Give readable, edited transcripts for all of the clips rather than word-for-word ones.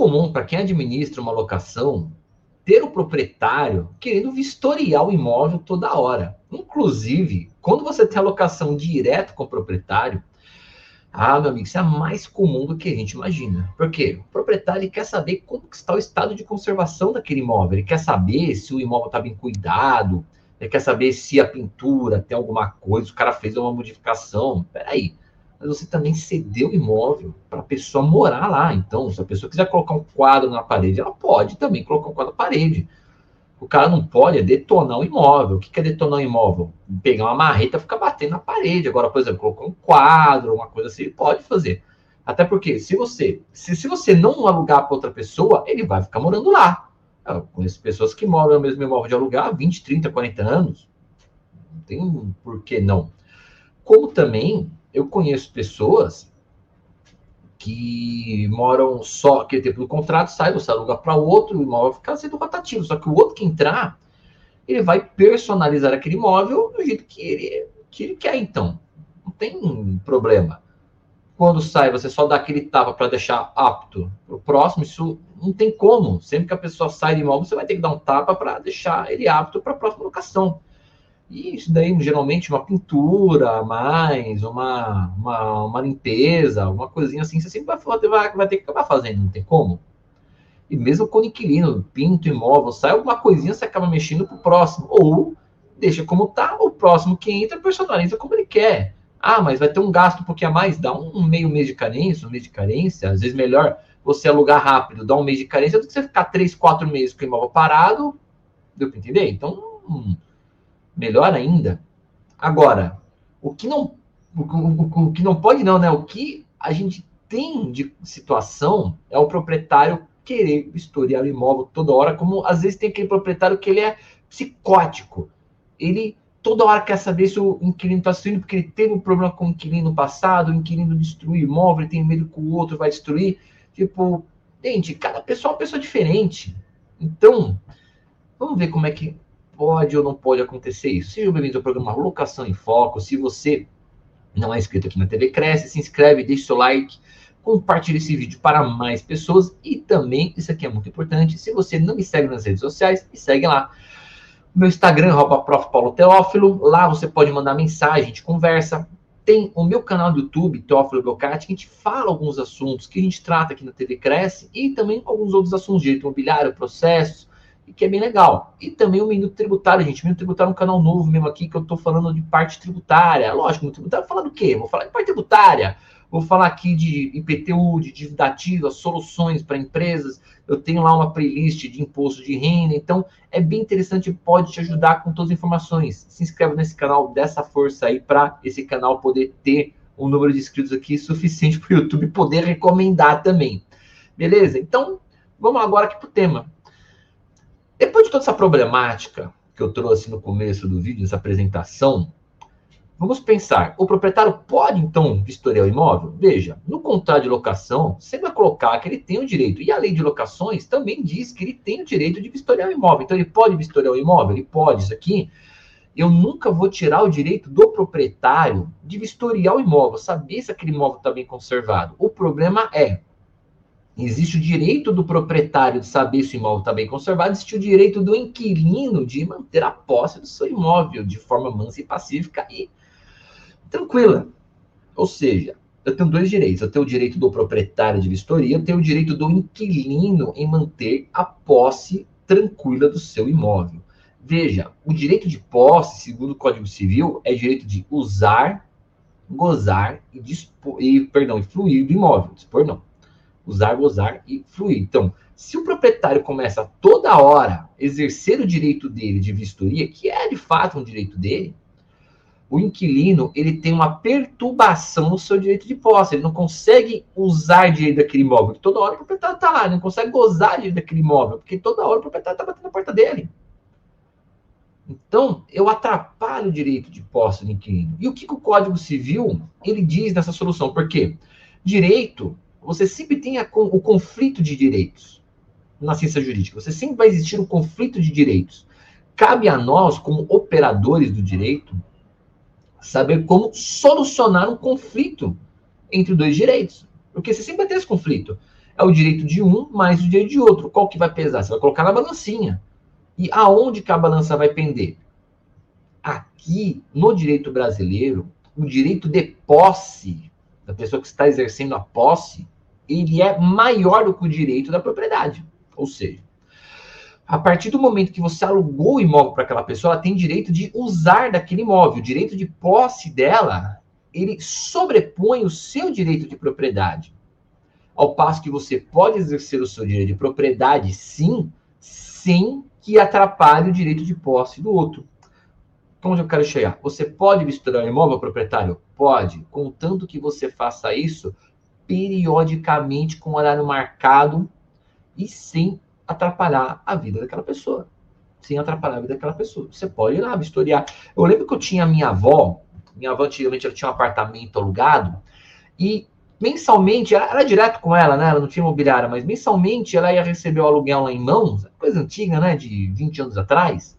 comum para quem administra uma locação ter o proprietário querendo vistoriar o imóvel toda hora. Inclusive, quando você tem a locação direto com o proprietário, meu amigo, isso é mais comum do que a gente imagina. Por quê? O proprietário quer saber como que está o estado de conservação daquele imóvel. Ele quer saber se o imóvel está bem cuidado. Ele quer saber se a pintura tem alguma coisa, o cara fez uma modificação. Peraí, mas você também cedeu o imóvel para a pessoa morar lá. Então, se a pessoa quiser colocar um quadro na parede, ela pode também colocar um quadro na parede. O cara não pode detonar o imóvel. O que é detonar o imóvel? Pegar uma marreta e ficar batendo na parede. Agora, por exemplo, colocar um quadro, uma coisa assim, ele pode fazer. Até porque, se você não alugar para outra pessoa, ele vai ficar morando lá. Eu conheço pessoas que moram no mesmo imóvel de alugar há 20, 30, 40 anos. Não tem por que não. Como também eu conheço pessoas que moram só, que tempo do contrato sai, você aluga para o outro, o imóvel fica sendo rotativo. Só que o outro que entrar, ele vai personalizar aquele imóvel do jeito que ele quer, então. Não tem problema. Quando sai, você só dá aquele tapa para deixar apto para o próximo, isso não tem como. Sempre que a pessoa sai do imóvel, você vai ter que dar um tapa para deixar ele apto para a próxima locação. E isso daí, geralmente, uma pintura, mais uma limpeza, uma coisinha assim, você sempre vai ter que acabar fazendo, não tem como. E mesmo quando o inquilino pinta o imóvel, sai alguma coisinha, você acaba mexendo pro próximo. Ou deixa como tá, o próximo que entra personaliza como ele quer. Mas vai ter um gasto um pouquinho a mais, dá um meio mês de carência, um mês de carência. Às vezes melhor você alugar rápido, dar um mês de carência, do que você ficar 3, 4 meses com o imóvel parado. Deu para entender? Então, melhor ainda. Agora, o que não, o que não pode não, né? O que a gente tem de situação é o proprietário querer vistoriar o imóvel toda hora, como às vezes tem aquele proprietário que ele é psicótico. Ele toda hora quer saber se o inquilino está destruindo, porque ele teve um problema com o inquilino passado, o inquilino destruiu o imóvel, ele tem medo que o outro vai destruir. Tipo, gente, cada pessoa é uma pessoa diferente. Então, vamos ver como é que pode ou não pode acontecer isso. Seja bem-vindo ao programa Locação em Foco. Se você não é inscrito aqui na TV Cresce, se inscreve, deixa o seu like, compartilhe esse vídeo para mais pessoas e também, isso aqui é muito importante, se você não me segue nas redes sociais, me segue lá. Meu Instagram, @Prof. Paulo Teófilo, lá você pode mandar mensagem, a gente conversa. Tem o meu canal do YouTube, Teófilo Belcati, que a gente fala alguns assuntos que a gente trata aqui na TV Cresce e também alguns outros assuntos de direito imobiliário, processos, que é bem legal. E também o Minuto Tributário, gente. O Minuto Tributário é um canal novo mesmo aqui, que eu tô falando de parte tributária. Lógico, Minuto Tributário, vou falar do quê? Vou falar de parte tributária. Vou falar aqui de IPTU, de dívida ativa, soluções para empresas. Eu tenho lá uma playlist de imposto de renda. Então, é bem interessante e pode te ajudar com todas as informações. Se inscreve nesse canal, dê essa força aí para esse canal poder ter um número de inscritos aqui suficiente para o YouTube poder recomendar também. Beleza? Então, vamos agora aqui para o tema. Depois de toda essa problemática que eu trouxe no começo do vídeo, essa apresentação, vamos pensar, o proprietário pode, então, vistoriar o imóvel? Veja, no contrato de locação, você vai colocar que ele tem o direito, e a lei de locações também diz que ele tem o direito de vistoriar o imóvel. Então, ele pode vistoriar o imóvel? Ele pode, isso aqui. Eu nunca vou tirar o direito do proprietário de vistoriar o imóvel, saber se aquele imóvel está bem conservado. O problema é, existe o direito do proprietário de saber se o imóvel está bem conservado, existe o direito do inquilino de manter a posse do seu imóvel de forma mansa e pacífica e tranquila. Ou seja, eu tenho dois direitos. Eu tenho o direito do proprietário de vistoria, eu tenho o direito do inquilino em manter a posse tranquila do seu imóvel. Veja, o direito de posse, segundo o Código Civil, é direito de usar, gozar e fruir do imóvel. Dispor não. Usar, gozar e fluir. Então, se o proprietário começa toda hora a exercer o direito dele de vistoria, que é de fato um direito dele, o inquilino ele tem uma perturbação no seu direito de posse. Ele não consegue usar direito daquele imóvel, porque toda hora o proprietário está lá. Ele não consegue gozar direito daquele imóvel, porque toda hora o proprietário está batendo na porta dele. Então, eu atrapalho o direito de posse do inquilino. E o que o Código Civil ele diz nessa solução? Porque direito, você sempre tem o conflito de direitos na ciência jurídica. Você sempre vai existir um conflito de direitos. Cabe a nós, como operadores do direito, saber como solucionar um conflito entre dois direitos. Porque você sempre vai ter esse conflito. É o direito de um mais o direito de outro. Qual que vai pesar? Você vai colocar na balancinha. E aonde que a balança vai pender? Aqui, no direito brasileiro, o direito de posse, da pessoa que está exercendo a posse, ele é maior do que o direito da propriedade. Ou seja, a partir do momento que você alugou o imóvel para aquela pessoa, ela tem direito de usar daquele imóvel. O direito de posse dela, ele sobrepõe o seu direito de propriedade. Ao passo que você pode exercer o seu direito de propriedade, sim, sem que atrapalhe o direito de posse do outro. Onde eu quero chegar? Você pode misturar imóvel proprietário? Pode, contanto que você faça isso periodicamente, com horário marcado e sem atrapalhar a vida daquela pessoa. Sem atrapalhar a vida daquela pessoa. Você pode ir lá vistoriar. Eu lembro que eu tinha minha avó antigamente ela tinha um apartamento alugado, e mensalmente, era direto com ela, né? Ela não tinha imobiliária, mas mensalmente ela ia receber o aluguel lá em mãos, coisa antiga, né? De 20 anos atrás.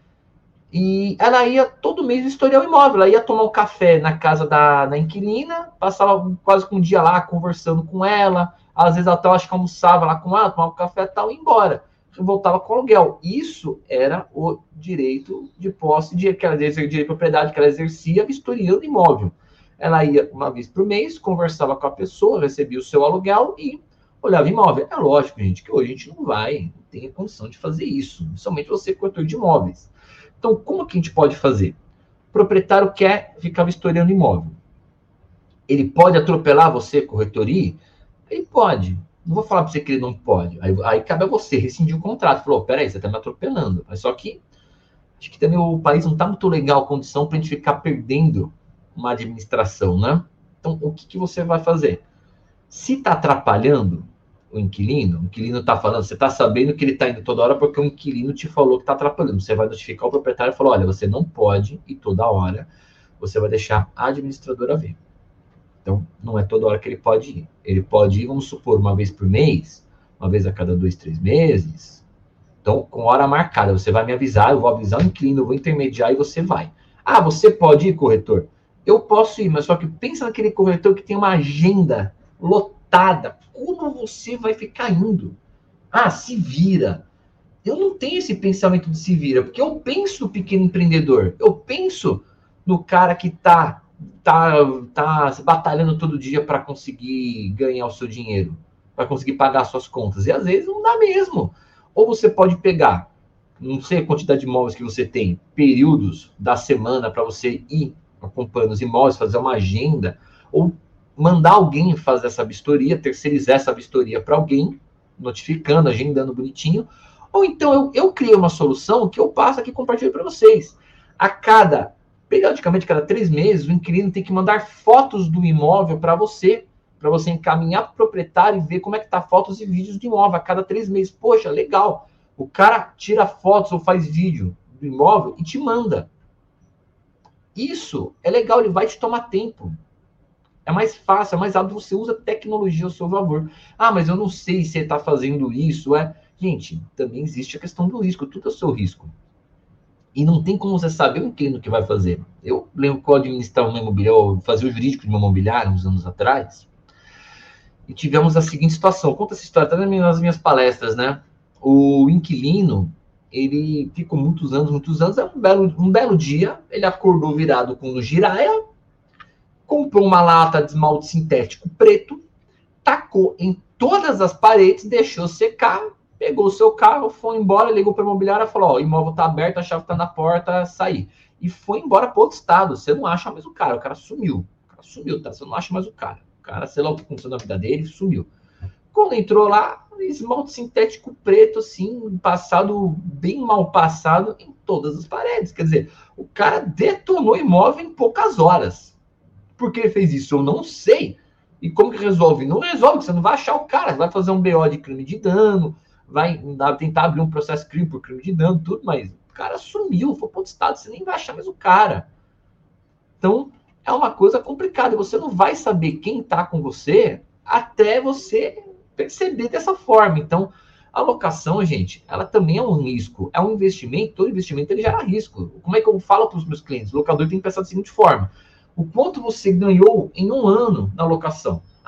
E ela ia todo mês vistoriar o imóvel. Ela ia tomar um café na casa da inquilina, passava quase que um dia lá conversando com ela. Às vezes até eu acho que almoçava lá com ela, tomava um café e tal, e ia embora. Voltava com o aluguel. Isso era o direito de posse, direito de propriedade que ela exercia vistoriando o imóvel. Ela ia uma vez por mês, conversava com a pessoa, recebia o seu aluguel e olhava o imóvel. É lógico, gente, que hoje a gente não tem a condição de fazer isso, somente você, corretor de imóveis. Então, como que a gente pode fazer? O proprietário quer ficar vistoriando imóvel. Ele pode atropelar você, corretoria? Ele pode. Não vou falar para você que ele não pode. Aí cabe a você rescindir o contrato. Falou, peraí, você está me atropelando. Mas só que acho que também o país não está muito legal a condição para a gente ficar perdendo uma administração, né? Então, o que você vai fazer? Se está atrapalhando o inquilino está falando, você está sabendo que ele está indo toda hora porque o inquilino te falou que está atrapalhando. Você vai notificar o proprietário e falar, olha, você não pode ir toda hora, você vai deixar a administradora ver. Então, não é toda hora que ele pode ir. Ele pode ir, vamos supor, uma vez por mês, uma vez a cada 2, 3 meses. Então, com hora marcada, você vai me avisar, eu vou avisar o inquilino, eu vou intermediar e você vai. Ah, você pode ir, corretor? Eu posso ir, mas só que pensa naquele corretor que tem uma agenda lotada. Como você vai ficar indo? Ah, se vira. Eu não tenho esse pensamento de se vira, porque eu penso no pequeno empreendedor. Eu penso no cara que tá batalhando todo dia para conseguir ganhar o seu dinheiro, para conseguir pagar suas contas. E às vezes não dá mesmo. Ou você pode pegar, não sei a quantidade de imóveis que você tem, períodos da semana para você ir acompanhando os imóveis, fazer uma agenda, ou mandar alguém fazer essa vistoria, terceirizar essa vistoria para alguém, notificando, agendando bonitinho. Ou então eu criei uma solução que eu passo aqui e compartilho para vocês. Periodicamente, cada 3 meses, o inquilino tem que mandar fotos do imóvel para você encaminhar para o proprietário e ver como é que tá fotos e vídeos do imóvel a cada 3 meses. Poxa, legal. O cara tira fotos ou faz vídeo do imóvel e te manda. Isso é legal, ele vai te tomar tempo. É mais fácil, é mais rápido, você usa tecnologia ao seu favor. Ah, mas eu não sei se você está fazendo isso. Gente, também existe a questão do risco, tudo é o seu risco. E não tem como você saber o inquilino que vai fazer. Eu lembro que eu administrava uma imobiliária, eu fazia o jurídico de uma imobiliária uns anos atrás, e tivemos a seguinte situação. Eu conto essa história até nas minhas palestras, né? O inquilino, ele ficou muitos anos, um belo dia, ele acordou virado com o giraia, comprou uma lata de esmalte sintético preto, tacou em todas as paredes, deixou secar, pegou o seu carro, foi embora, ligou para a imobiliária e falou, ó, o imóvel está aberto, a chave está na porta, sair. E foi embora para outro estado. Você não acha mais o cara sumiu. Tá? Você não acha mais o cara. O cara, sei lá o que aconteceu na vida dele, sumiu. Quando entrou lá, esmalte sintético preto, assim, passado, bem mal passado em todas as paredes. Quer dizer, o cara detonou o imóvel em poucas horas. Por que ele fez isso? Eu não sei. E como que resolve? Não resolve, você não vai achar o cara. Você vai fazer um BO de crime de dano, vai tentar abrir um processo crime por crime de dano, tudo, mas o cara sumiu, foi para outro estado, você nem vai achar mais o cara. Então, é uma coisa complicada. Você não vai saber quem está com você até você perceber dessa forma. Então, a locação, gente, ela também é um risco. É um investimento, todo investimento ele gera risco. Como é que eu falo para os meus clientes? O locador tem que pensar da seguinte forma. O quanto você ganhou em um ano na locação? Ah,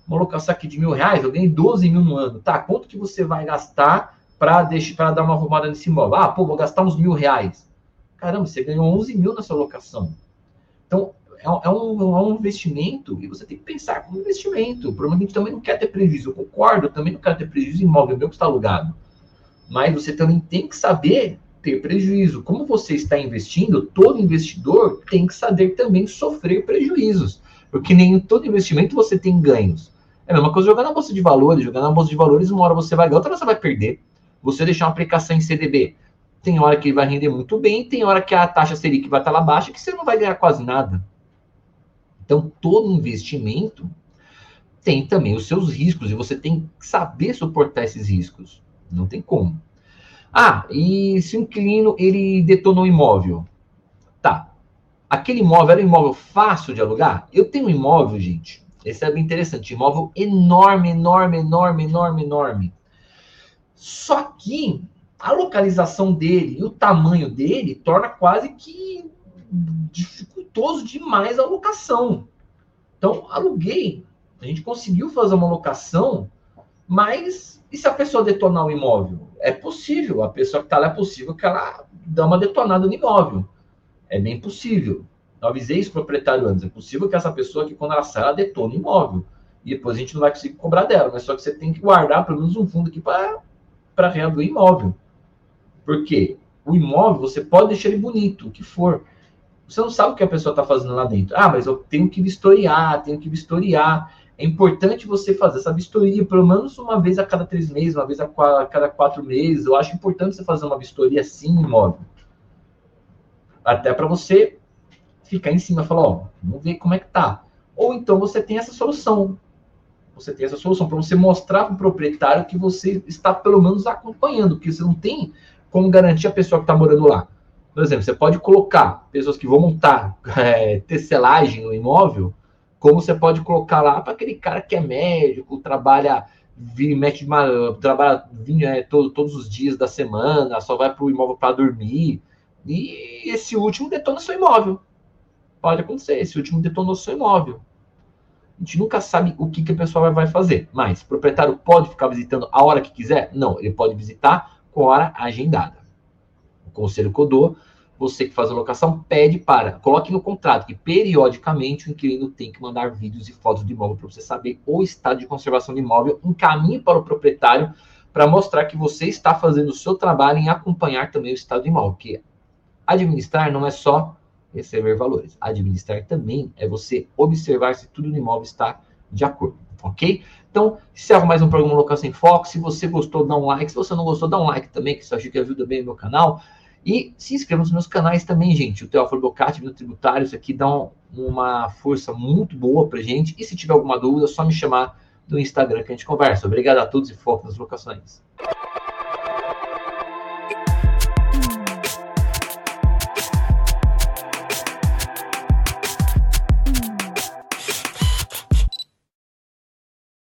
uma locação aqui de R$1.000, eu ganhei 12 mil no ano. Tá, quanto que você vai gastar para dar uma arrumada nesse imóvel? Ah, pô, vou gastar uns R$1.000. Caramba, você ganhou 11 mil na sua locação. Então, é um investimento e você tem que pensar como investimento. Provavelmente também não quer ter prejuízo. Eu concordo, eu também não quero ter prejuízo em imóvel meu que está alugado. Mas você também tem que saber ter prejuízo. Como você está investindo, todo investidor tem que saber também sofrer prejuízos. Porque nem em todo investimento você tem ganhos. É a mesma coisa jogar na bolsa de valores. Jogar na bolsa de valores, uma hora você vai ganhar, outra hora você vai perder. Você deixar uma aplicação em CDB, tem hora que ele vai render muito bem, tem hora que a taxa Selic vai estar lá baixa, que você não vai ganhar quase nada. Então, todo investimento tem também os seus riscos, e você tem que saber suportar esses riscos. Não tem como. Ah, e se o inquilino, ele detonou o imóvel? Tá. Aquele imóvel era um imóvel fácil de alugar? Eu tenho um imóvel, gente, esse é bem interessante, imóvel enorme, enorme, enorme, enorme, enorme. Só que a localização dele e o tamanho dele torna quase que dificultoso demais a locação. Então, aluguei, a gente conseguiu fazer uma locação, mas e se a pessoa detonar o imóvel? É possível, a pessoa que está lá é possível que ela dê uma detonada no imóvel. É bem possível. Eu avisei esse proprietário antes, é possível que essa pessoa que quando ela sai, ela detone o imóvel. E depois a gente não vai conseguir cobrar dela, mas só que você tem que guardar pelo menos um fundo aqui para renda do imóvel. Por quê? O imóvel, você pode deixar ele bonito, o que for. Você não sabe o que a pessoa está fazendo lá dentro. Ah, mas eu tenho que vistoriar, É importante você fazer essa vistoria, pelo menos uma vez a cada 3 meses, uma vez a cada 4 meses. Eu acho importante você fazer uma vistoria assim no imóvel. Até para você ficar em cima e falar, ó, vamos ver como é que tá. Ou então você tem essa solução. Você tem essa solução para você mostrar para o proprietário que você está pelo menos acompanhando, porque você não tem como garantir a pessoa que está morando lá. Por exemplo, você pode colocar pessoas que vão montar tecelagem no imóvel, como você pode colocar lá para aquele cara que é médico, trabalha todos os dias da semana, só vai para o imóvel para dormir, e esse último detona seu imóvel. Pode acontecer, esse último detonou seu imóvel. A gente nunca sabe o que a pessoa vai fazer, mas o proprietário pode ficar visitando a hora que quiser? Não, ele pode visitar com hora agendada. O conselho que eu dou, você que faz a locação, coloque no contrato que periodicamente o inquilino tem que mandar vídeos e fotos do imóvel para você saber o estado de conservação do imóvel, encaminhe para o proprietário para mostrar que você está fazendo o seu trabalho em acompanhar também o estado do imóvel, porque administrar não é só receber valores. Administrar também é você observar se tudo no imóvel está de acordo, ok? Então, encerro mais um programa Locação em Foco. Se você gostou, dá um like. Se você não gostou, dá um like também, que isso acho que ajuda bem o meu canal. E se inscreva nos meus canais também, gente. O Teófilo Bocati, Minuto Tributário, isso aqui dá uma força muito boa pra gente. E se tiver alguma dúvida, é só me chamar no Instagram que a gente conversa. Obrigado a todos e foco nas locações.